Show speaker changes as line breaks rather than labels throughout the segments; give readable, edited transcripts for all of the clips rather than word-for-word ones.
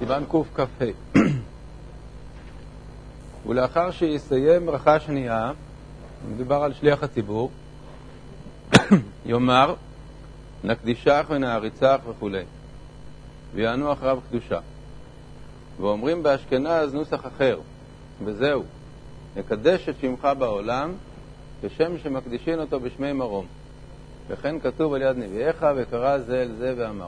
סימן קכ"ה. ולאחר שיסיים ברכה שנייה, מדובר על שליח הציבור, יאמר נקדישך ונעריצך וכו', ויענו אחריו קדושה. ואומרים באשכנז נוסח אחר, וזהו, נקדש את שמך בעולם כשם שמקדישין אותו בשמי מרום, וכן כתוב על יד נביאיך, וקרא זה אל זה ואמר.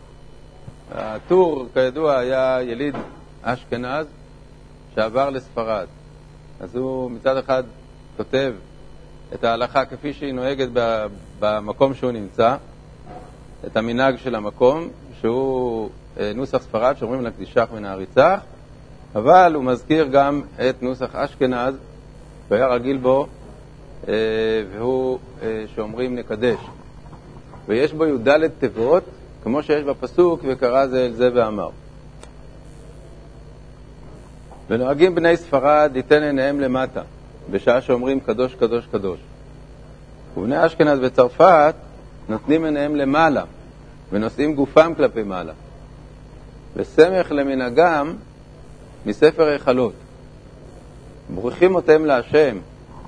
הטור כידוע היה יליד אשכנז שעבר לספרד, אז הוא מצד אחד כותב את ההלכה כפי שהיא נוהגת במקום שהוא נמצא, את המנהג של המקום שהוא נוסח ספרד שאומרים נקדישך ונעריצך, אבל הוא מזכיר גם את נוסח אשכנז והיה רגיל בו, והוא שאומרים נקדש, ויש בו י"ד תיבות כמו שיש בפסוק וקרא זה אל זה ואמר. ונוהגים בני ספרד ליתן עיניהם למטה בשעה שאומרים קדוש קדוש קדוש, ובני אשכנז וצרפת נותנים עיניהם למעלה ונושאים גופם כלפי מעלה, וסמך למנהגם מספר היכלות, ברוכים אותם להשם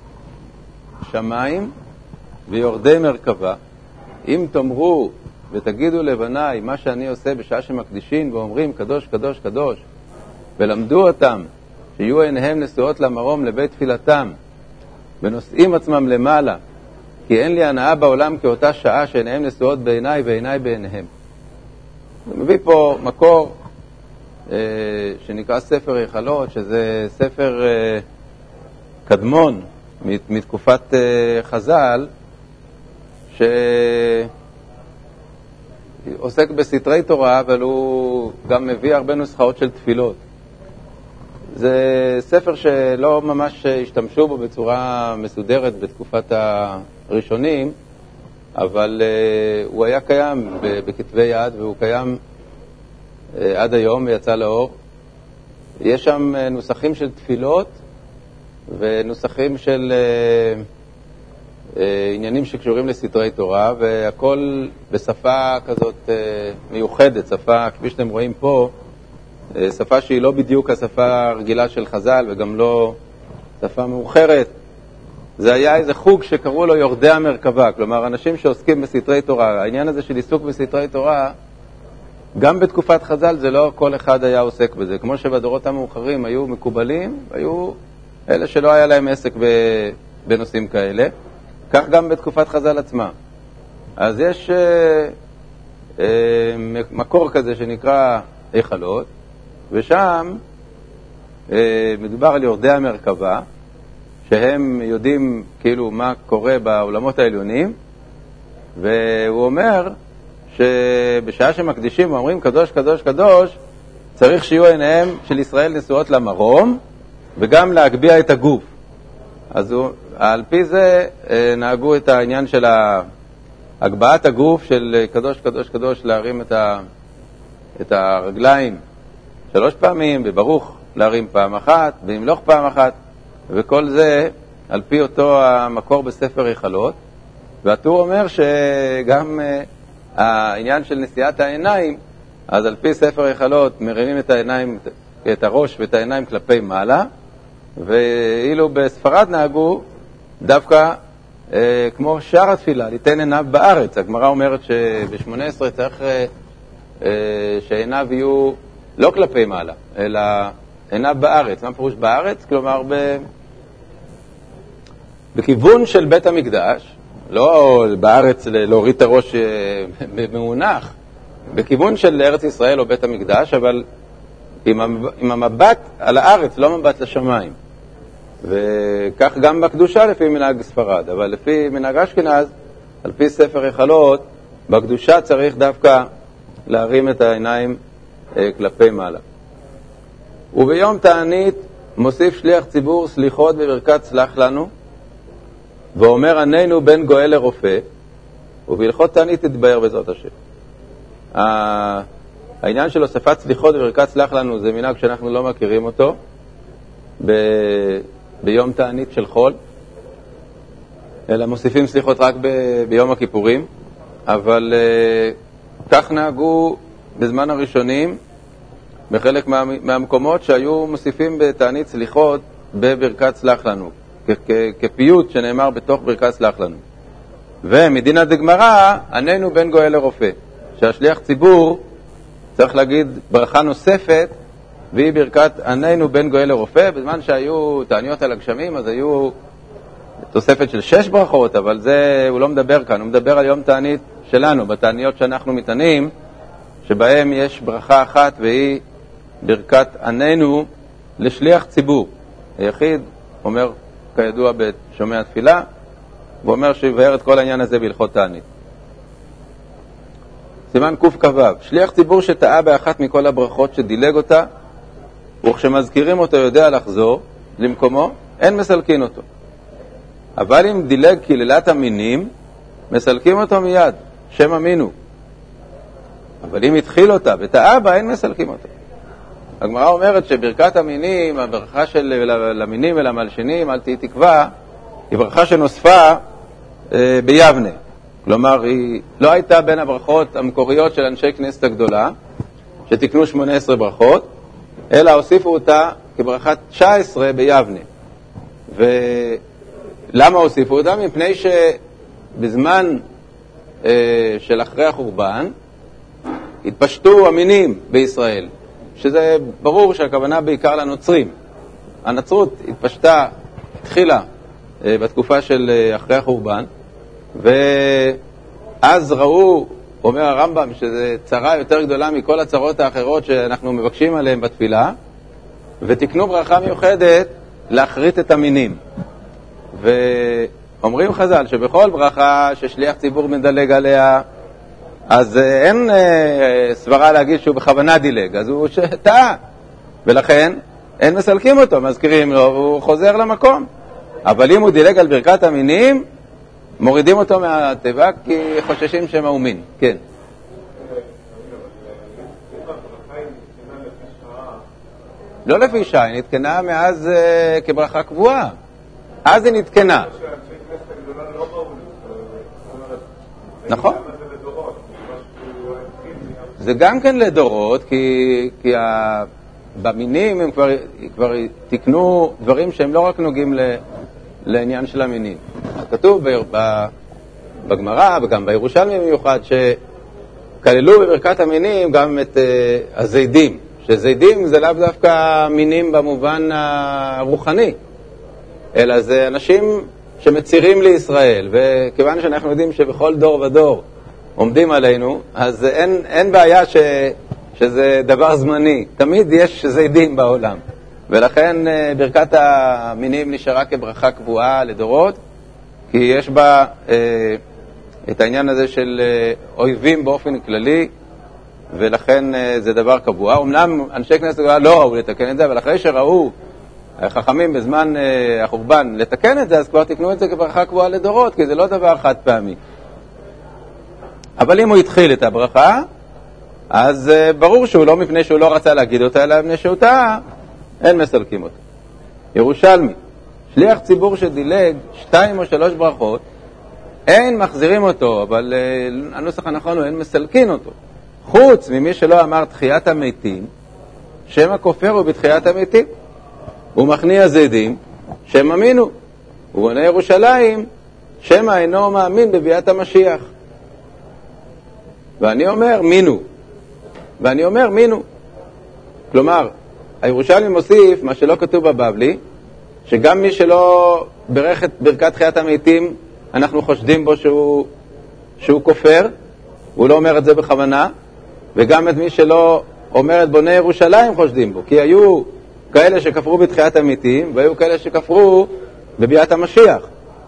שמיים ויורדי מרכבה, אם תאמרו ותגידו לבניי מה שאני עושה בשעה שמקדישין ואומרים קדוש קדוש קדוש, ולמדו אותם שיהיו עיניהם נשואות למרום לבית תפילתם ונושאים עצמם למעלה, כי אין לי הנאה בעולם כאותה שעה שעיניהם נשואות בעיניי ועיניי בעיניהם. אני מביא פה מקור שנקרא ספר היכלות, שזה ספר קדמון מתקופת חז"ל, שעוסק בסתרי תורה, אבל הוא גם מביא הרבה נוסחאות של תפילות. זה ספר שלא ממש השתמשו בו בצורה מסודרת בתקופת הראשונים, אבל הוא היה קיים בכתבי יד, והוא קיים עד היום ויצא לאור. יש שם נוסחים של תפילות ונוסחים של עניינים שקשורים לסתרי תורה, והכל בשפה כזאת מיוחדת, שפה כפי שאתם רואים פה, שפה שהיא לא בדיוק השפה הרגילה של חז"ל וגם לא שפה מאוחרת. זה היה איזה חוג שקראו לו יורדי המרכבה, כלומר אנשים שעוסקים בסתרי תורה. העניין הזה של עיסוק בסתרי תורה, גם בתקופת חז"ל זה לא כל אחד היה עוסק בזה, כמו שבדורות המאוחרים היו מקובלים, היו אלה שלא היה להם עסק בנושאים כאלה, כך גם בתקופת חז"ל עצמה. אז יש מקור כזה שנקרא היכלות, ושם מדובר על יורדי המרכבה, שהם יודעים כאילו מה קורה בעולמות העליונים, והוא אומר שבשעה שמקדישים ואומרים קדוש קדוש קדוש, צריך שיהיו עיניהם של ישראל נשואות למרום וגם להגביה את הגוף. אז על פי זה נהגו את העניין של הגבהת הגוף של קדוש קדוש קדוש, להרים את הרגליים 3 פעמים, וברוך להרים פעם אחת, ולמלוך פעם אחת, וכל זה על פי אותו המקור בספר היכלות. והטור אומר שגם העניין של נשיאת העיניים, אז על פי ספר היכלות מרימים את העיניים, את הראש ואת העיניים כלפי מעלה, ואילו בספרד נהגו דווקא כמו שאר התפילה, ליתן עיניו בארץ. הגמרא אומרת שב-18 צריך שעיניו יהיו לא כלפי מעלה, אלא עיניו בארץ. מה פירוש בארץ? כלומר בכיוון של בית המקדש, לא בארץ להוריד את הראש במונח, בכיוון של ארץ ישראל או בית המקדש, אבל עם המבט על הארץ, לא מבט לשמיים. וכך גם בקדושה לפי מנהג ספרד, אבל לפי מנהג אשכנז, על פי ספר היכלות, בקדושה צריך דווקא להרים את העיניים כלפי מעלה. וביום תענית מוסיף שליח ציבור סליחות וברכת סלח לנו, ואומר עננו בין גואל לרופא, ובהלכות תענית תתבהר בעזרת השם. העניין של הוספת סליחות וברכת סלח לנו זה מנהג שאנחנו לא מכירים אותו ביום תענית של חול, אלא מוסיפים סליחות רק ביום הכיפורים, אבל כך נהגו בזמן הראשונים, בחלק מהמקומות שהיו מוסיפים בתענית סליחות בברכת סלח לנו, כפיוט שנאמר בתוך ברכת סלח לנו. ומדינא דגמרא, עננו בין גואל לרופא, שהשליח ציבור צריך להגיד ברכה נוספת, והיא ברכת עננו בין גואל לרופא. בזמן שהיו תעניות על הגשמים, אז היו תוספת של 6 ברכות, אבל זה הוא לא מדבר כאן, הוא מדבר על יום תענית שלנו, בתעניות שאנחנו מתענים, שבהם יש ברכה אחת, והיא ברכת עננו לשליח ציבור. היחיד אומר, כידוע בשומע תפילה, הוא אומר שיבהר את כל העניין הזה בהלכות תענית. סימן קכ"ו, שליח ציבור שטעה באחת מכל הברכות שדילג אותה, וכשמזכירים אותו יודע לחזור למקומו, אין מסלקין אותו. אבל אם דילג כלילת המינים, מסלקים אותו מיד, שם אמינו. אבל אם התחיל אותה וטעה בה, אין מסלקים אותו. הגמרא אומרת שברכת המינים, הברכה של למינים ולמלשינים, אל תהי תקווה, היא ברכה שנוספה ביבנה. כלומר, היא לא הייתה בין הברכות המקוריות של אנשי כנסת הגדולה, שתקנו 18 ברכות, אלא הוסיפו אותה כברכת 19 ביבנה. ולמה הוסיפו אותה? מפני שבזמן של אחרי החורבן, התפשטו המינים בישראל, שזה ברור שהכוונה בעיקר לנוצרים. הנצרות התפשטה, התחילה בתקופה של אחרי החורבן, ואז ראו, אומר הרמב"ם, שזה צרה יותר גדולה מכל הצרות האחרות שאנחנו מבקשים עליהן בתפילה, ותקנו ברכה מיוחדת להחריט את המינים. ואומרים חז"ל שבכל ברכה ששליח ציבור מדלג עליה, אז אין סברה להגיד שהוא בכוונה דילג, אז הוא טעה, ולכן אין מסלקים אותו, מזכירים לו, והוא חוזר למקום. אבל אם הוא דילג על ברכת המינים, מורידים אותו מהטבע כי חוששים שמה הוא מין. כן. לא לפי שעה, היא נתקנה מאז כברכה קבועה. אז היא נתקנה. נכון. זה גם כן לדורות, כי במינים הם כבר תקנו דברים שהם לא רק נוגעים לעניין של המינים. כתוב בגמרא וגם בירושלמי במיוחד שכללו בברכת המינים גם את הזידים, שזידים זה לאו דווקא מינים במובן הרוחני, אלא זה אנשים שמצירים לישראל, וכיוון שאנחנו יודעים שבכל דור ודור עומדים עלינו, אז אין בעיה שזה דבר זמני, תמיד יש זידים בעולם, ולכן ברכת המינים נשארה כברכה קבועה לדורות, כי יש בה את העניין הזה של אויבים באופן כללי, ולכן זה דבר קבוע. אומנם אנשי כנסת הגדולה לא ראו לתקן את זה, אבל אחרי שראו חכמים בזמן החורבן לתקן את זה, אז כבר תקנו את זה כברכה קבועה לדורות, כי זה לא דבר חד פעמי. אבל אם הוא התחיל את הברכה, אז ברור שהוא לא מפני שהוא לא רצה להגיד אותה, אלא מפני שהוא טעה, אין מסלקים אותו. ירושלמי, שליח ציבור שדילג 2 או 3 ברכות, אין מחזירים אותו, אבל הנוסח הנכון הוא אין מסלקין אותו. חוץ ממי שלא אמר תחיית המתים, שם הכופר הוא בתחיית המתים. הוא מכניע זדים, שם אמינו. הוא בונה ירושלים, שם אינו מאמין בביאת המשיח. ואני אומר מינו. כלומר, הירושלמי מוסיף מה שלא כתוב בבבלי, שגם מי שלא ברך את ברכת תחיית המתים, אנחנו חושדים בו שהוא כופר, הוא לא אומר את זה בכוונה, וגם את מי שלא אומר את בונה ירושלים חושדים בו, כי היו כאלה שכפרו בתחיית המתים, והיו כאלה שכפרו בביאת המשיח.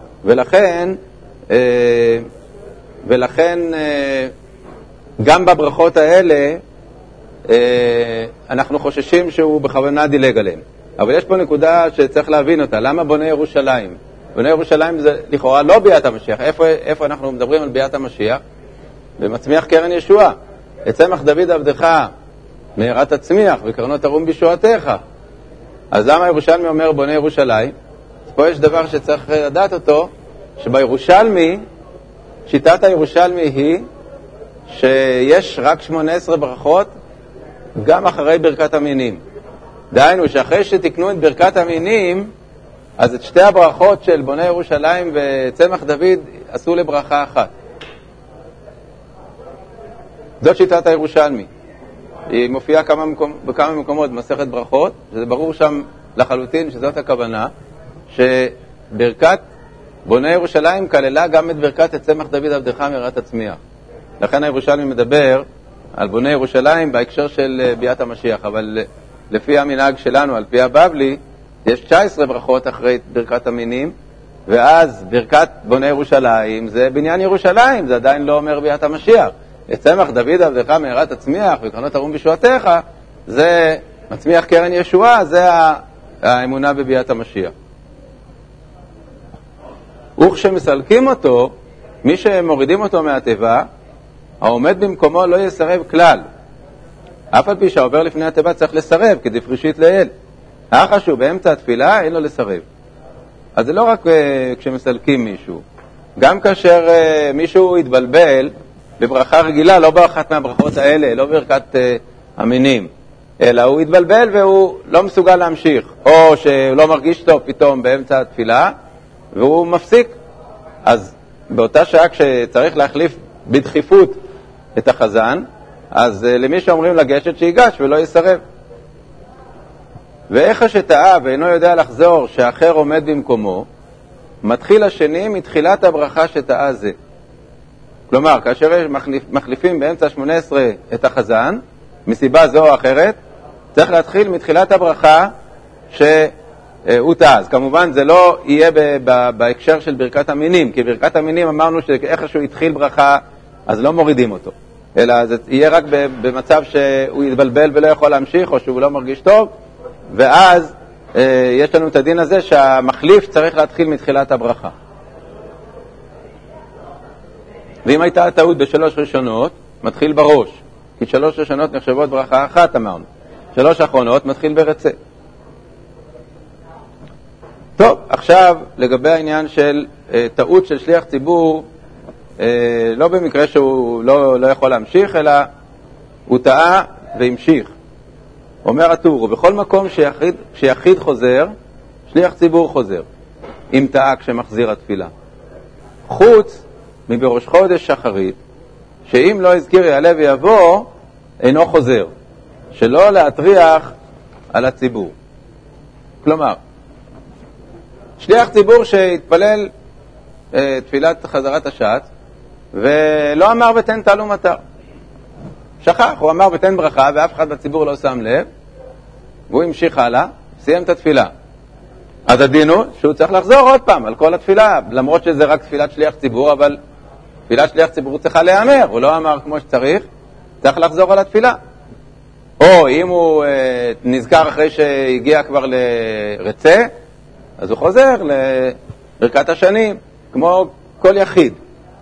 ולכן גם בברכות האלה אנחנו חוששים שהוא בכוונה דילג עליהם. אבל יש פה נקודה שצריך להבין אותה. למה בונה ירושלים? בונה ירושלים זה לכאורה לא ביאת המשיח. איפה אנחנו מדברים על ביאת המשיח? במצמיח קרן ישועה. יצמח דוד עבדך מהרת הצמיח וקרנות תרום בישועתך. אז למה ירושלמי אומר בונה ירושלים? אז פה יש דבר שצריך לדעת אותו, שבירושלמי, שיטת הירושלמי היא שיש רק 18 ברכות גם אחרי ברכת המינים. דהיינו שאחרי שתקנו את ברכת המינים, אז את שתי הברכות של בוני ירושלים וצמח דוד עשו לברכה אחת. זאת שיטת הירושלמי. היא מופיעה בכמה מקומות במסכת ברכות, שזה ברור שם לחלוטין שזאת הכוונה, שברכת בוני ירושלים כללה גם את ברכת את צמח דוד עבדך מהרה תצמיח. לכן הירושלמי מדבר על בוני ירושלים בהקשר של ביאת המשיח, אבל לפי המנהג שלנו, על פי הבבלי, יש 19 ברכות אחרי ברכת המינים, ואז ברכת בוני ירושלים זה בניין ירושלים, זה עדיין לא אומר ביאת המשיח. את צמח דוד עבדך מהרה תצמיח וקרנות תרום בישועתך, זה מצמיח קרן ישועה, זה האמונה בביאת המשיח. וכשמסלקים אותו, מי שמורידים אותו מהטבע, העומד במקומו לא יסרב כלל. אף על פי שהעובר לפני הטבע צריך לסרב, כדפרישית לאל. החשוב באמצע התפילה אין לו לסרב. אז זה לא רק כשמסלקים מישהו. גם כאשר מישהו יתבלבל בברכה רגילה, לא באחת מהברכות האלה, לא ברכת המינים, אלא הוא יתבלבל והוא לא מסוגל להמשיך, או שהוא לא מרגיש טוב פתאום באמצע התפילה, והוא מפסיק. אז באותה שעה כשצריך להחליף בדחיפות את החזן, אז למי שאומרים לגשת שיגש ולא יסרב. ואיך שטעה ואינו יודע לחזור שאחר עומד במקומו, מתחיל השני מתחילת הברכה שטעה זה. כלומר, כאשר מחליפים באמצע 18 את החזן, מסיבה זו או אחרת, צריך להתחיל מתחילת הברכה שהוא טעה. אז כמובן זה לא יהיה בהקשר של ברכת המינים, כי ברכת המינים אמרנו שאיך שהוא התחיל ברכה, אז לא מורידים אותו. אלא זה יהיה רק במצב שהוא יתבלבל ולא יכול להמשיך, או שהוא לא מרגיש טוב, ואז יש לנו את הדין הזה שהמחליף צריך להתחיל מתחילת הברכה. ואם הייתה הטעות בשלוש ראשונות, מתחיל בראש, כי 3 ראשונות נחשבות ברכה אחת, אמרנו. 3 אחרונות מתחיל ברצה. טוב, עכשיו לגבי העניין של טעות של שליח ציבור, לא במקרה שהוא לא יכול להמשיך, אלא הוא טעה והמשיך. אומר הטור, ובכל מקום שיחיד חוזר, שליח ציבור חוזר, אם טעה כשמחזיר התפילה. חוץ מבראש חודש שחרית, שאם לא הזכיר יעלה ויבוא, אינו חוזר, שלא להטריח על הציבור. כלומר, שליח ציבור שהתפלל תפילת חזרת השעת, ולא אמר ותן תעלו מטר. שכח, הוא אמר ותן ברכה, ואף אחד בציבור לא שם לב, והוא המשיך הלאה, סיים את התפילה. אז הדין הוא שהוא צריך לחזור עוד פעם על כל התפילה, למרות שזה רק תפילת שליח ציבור, אבל תפילת שליח ציבור צריכה להיאמר, הוא לא אמר כמו שצריך, צריך לחזור על התפילה. או אם הוא נזכר אחרי שהגיע כבר לרצה, אז הוא חוזר לברכת השנים, כמו כל יחיד.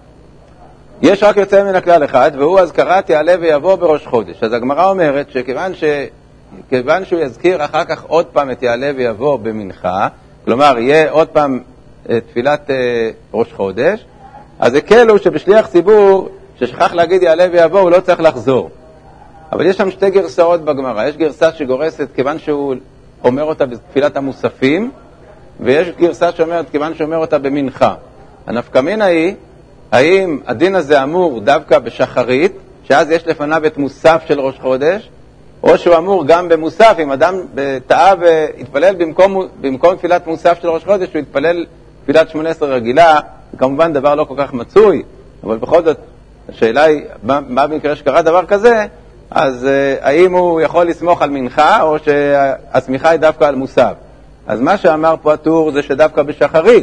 יש רק יוצא מן הכלל אחד, והוא הזכרת יעלה ויבוא בראש חודש. אז הגמרא אומרת שכיוון שהוא יזכיר אחר כך עוד פעם את יעלה ויבוא במנחה, כלומר יהיה עוד פעם תפילת ראש חודש, אז הקלו שבשליח ציבור ששכח להגיד יעלה ויבוא הוא לא צריך לחזור. אבל יש שם 2 גרסאות בגמרא. יש גרסה שגורסת כיוון שהוא אומר אותה בתפילת המוספים, ויש גרסה שאומרת כיוון שהוא אומר אותה במנחה. הנפקמינה היא, האם הדין הזה אמור דווקא בשחרית, שאז יש לפניו את מוסף של ראש חודש, או שהוא אמור גם במוסף, אם אדם טעה והתפלל במקום תפילת מוסף של ראש חודש, הוא התפלל תפילת 18 רגילה, כמובן דבר לא כל כך מצוי, אבל בכל זאת, השאלה היא, מה במקרה שקרה דבר כזה, אז האם הוא יכול לסמוך על מנחה, או שהסמיכה היא דווקא על מוסף. אז מה שאמר פה הטור זה שדווקא בשחרית,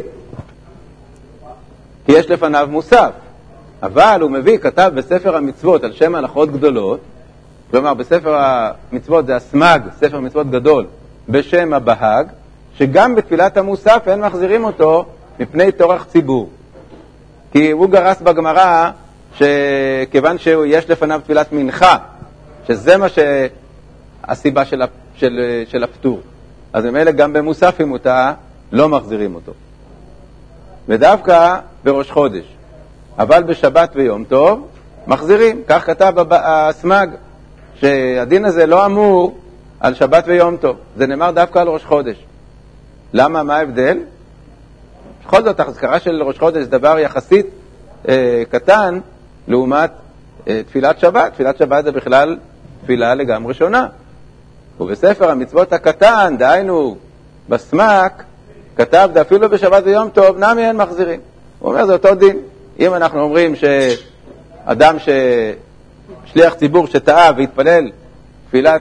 כי יש לפניו מוסף. אבל הוא מביא, כתב בספר המצוות על שם הלכות גדולות, כלומר בספר המצוות זה הסמג, ספר מצוות גדול, בשם הבהג, שגם בתפילת המוסף אין מחזירים אותו מפני תורך ציבור. כי הוא גרס בגמרא שכיוון שיש לפניו תפילת מנחה, שזה מה שהסיבה של הפטור. אז ממילא גם במוסף אם אותה לא מחזירים אותו. ודווקא בראש חודש. אבל בשבת ויום טוב מחזירים. כך כתב הסמג, שהדין הזה לא אמור על שבת ויום טוב, זה נאמר דווקא על ראש חודש. למה? מה ההבדל? בכל זאת, ההזכרה של ראש חודש זה דבר יחסית קטן לעומת תפילת שבת. תפילת שבת זה בכלל תפילה לגמרי שונה. ובספר המצוות הקטן, דהיינו בסמק, כתב אפילו בשבת ויום טוב, נמי אין מחזירים. הוא אומר, זה אותו דין. אם אנחנו אומרים שאדם שליח ציבור שטעה והתפלל תפילת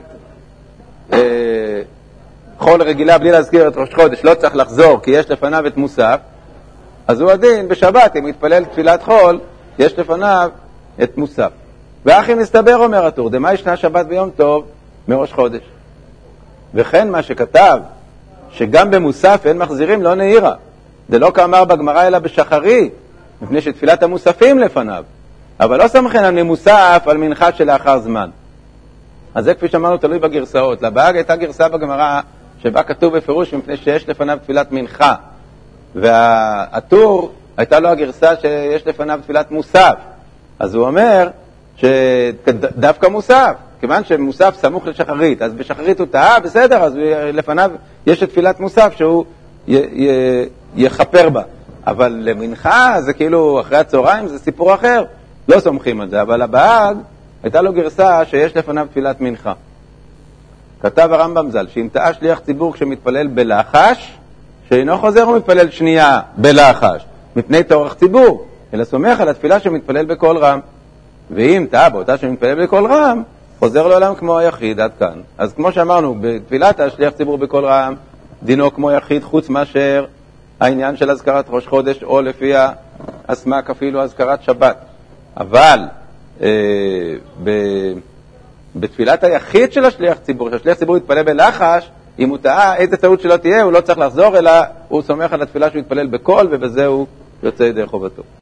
חול רגילה בלי להזכיר את ראש חודש, לא צריך לחזור כי יש לפניו את מוסף, אז הוא הדין בשבת, אם יתפלל תפילת חול, יש לפניו את מוסף. ואחי מסתבר, אומר הטור, דמה ישנה שבת ויום טוב מראש חודש. וכן מה שכתב, שגם במוסף אין מחזירים, לא נעירה. זה לא כאמר בגמרא אלא בשחרי, מפני שתפילת המוספים לפניו. אבל לא סמכן על ממוסף על מנחה שלאחר זמן. אז זה כפי שאמרנו תלוי בגרסאות. לבאג הייתה גרסה בגמרא שבה כתוב בפירוש מפני שיש לפניו תפילת מנחה. והטור הייתה לו הגרסה שיש לפניו תפילת מוסף. אז הוא אומר שדווקא מוסף, כיוון שמוסף סמוך לשחרית, אז בשחרית הוא טעה, בסדר, אז לפניו יש את תפילת מוסף שהוא יחפר בה. אבל למנחה זה כאילו אחרי הצהריים, זה סיפור אחר, לא סומכים על זה. אבל הבאג הייתה לו גרסה שיש לפניו תפילת מנחה. כתב הרמב"ם ז"ל שאם טעה שליח ציבור כשמתפלל בלחש, שאינו חוזר ומתפלל שנייה בלחש, מפני תורך ציבור, אלא סומך על התפילה שמתפלל בקול רם. ואם טעה באותה שמתפלל בקול רם, חוזר לעולם כמו היחיד עד כאן. אז כמו שאמרנו, בתפילת השליח ציבור בקול רם, דינו כמו יחיד, חוץ מאשר העניין של הזכרת ראש חודש, או לפי הסמק אפילו הזכרת שבת. אבל בתפילת היחיד של השליח ציבור, שהשליח ציבור יתפלל בלחש, אם הוא טעה, איזה טעות שלא תהיה, הוא לא צריך לחזור, אלא הוא סומך על התפילה שהוא יתפלל בקול, ובזה הוא יוצא ידי חובתו.